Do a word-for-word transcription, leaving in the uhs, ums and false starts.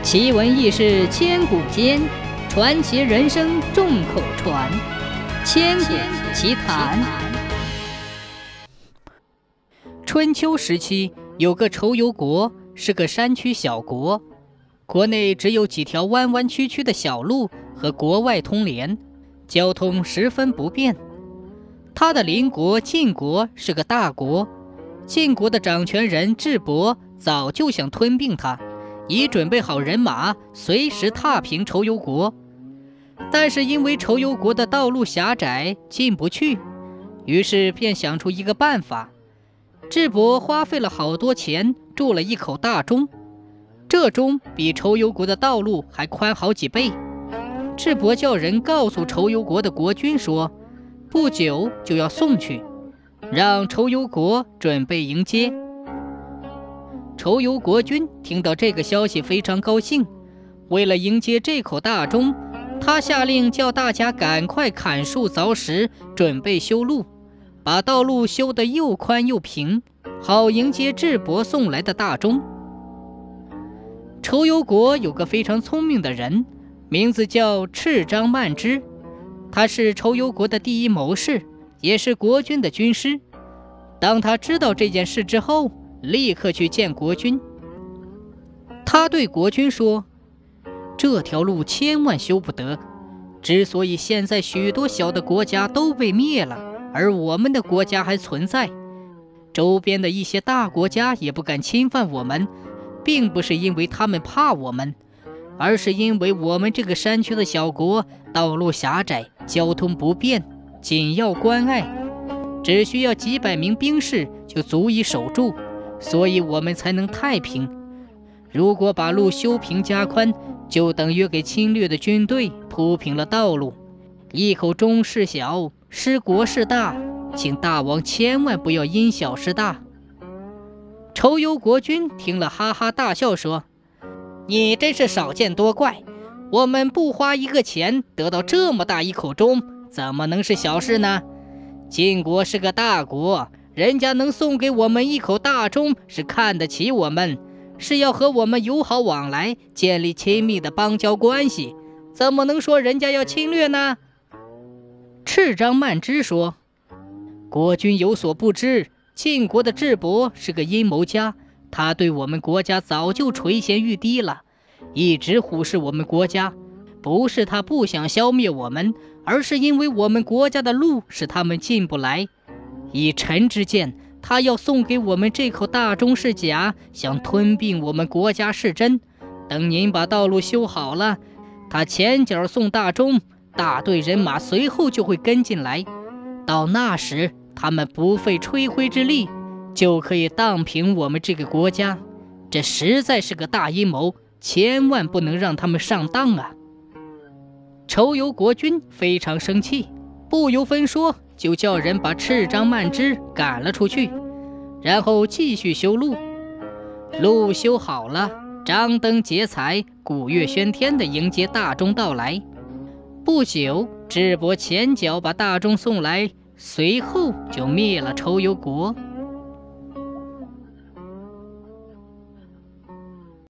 奇闻异事千古间，传奇人生众口传。千古奇谈。春秋时期，有个仇游国，是个山区小国，国内只有几条弯弯曲曲的小路和国外通联，交通十分不便。他的邻国晋国是个大国，晋国的掌权人智伯早就想吞并他，已准备好人马，随时踏平仇游国。但是因为仇游国的道路狭窄，进不去，于是便想出一个办法。智伯花费了好多钱筑了一口大钟，这钟比仇游国的道路还宽好几倍。智伯叫人告诉仇游国的国君说，不久就要送去，让仇游国准备迎接。仇游国君听到这个消息非常高兴，为了迎接这口大钟，他下令叫大家赶快砍树凿石，准备修路，把道路修得又宽又平，好迎接智伯送来的大钟。仇游国有个非常聪明的人，名字叫赤张曼之，他是仇游国的第一谋士，也是国君的军师。当他知道这件事之后，立刻去见国君。他对国君说，这条路千万修不得，之所以现在许多小的国家都被灭了，而我们的国家还存在，周边的一些大国家也不敢侵犯我们，并不是因为他们怕我们，而是因为我们这个山区的小国道路狭窄，交通不便，紧要关隘，只需要几百名兵士就足以守住，所以我们才能太平。如果把路修平加宽，就等于给侵略的军队铺平了道路。一口钟事小，失国事大，请大王千万不要因小失大。仇游国君听了哈哈大笑说，你真是少见多怪，我们不花一个钱得到这么大一口钟，怎么能是小事呢？晋国是个大国，人家能送给我们一口大钟，是看得起我们，是要和我们友好往来，建立亲密的邦交关系，怎么能说人家要侵略呢？赤张曼之说，国君有所不知，晋国的智伯是个阴谋家，他对我们国家早就垂涎欲滴了，一直忽视我们国家，不是他不想消灭我们，而是因为我们国家的路使他们进不来。以臣之见，他要送给我们这口大钟是假，想吞并我们国家是真。等您把道路修好了，他前脚送大钟，大队人马随后就会跟进来，到那时他们不费吹灰之力就可以荡平我们这个国家。这实在是个大阴谋，千万不能让他们上当啊！仇游国君非常生气，不由分说就叫人把赤张曼之赶了出去，然后继续修路。路修好了，张灯结彩，鼓乐喧天地迎接大钟到来。不久，智伯前脚把大钟送来，随后就灭了仇游国。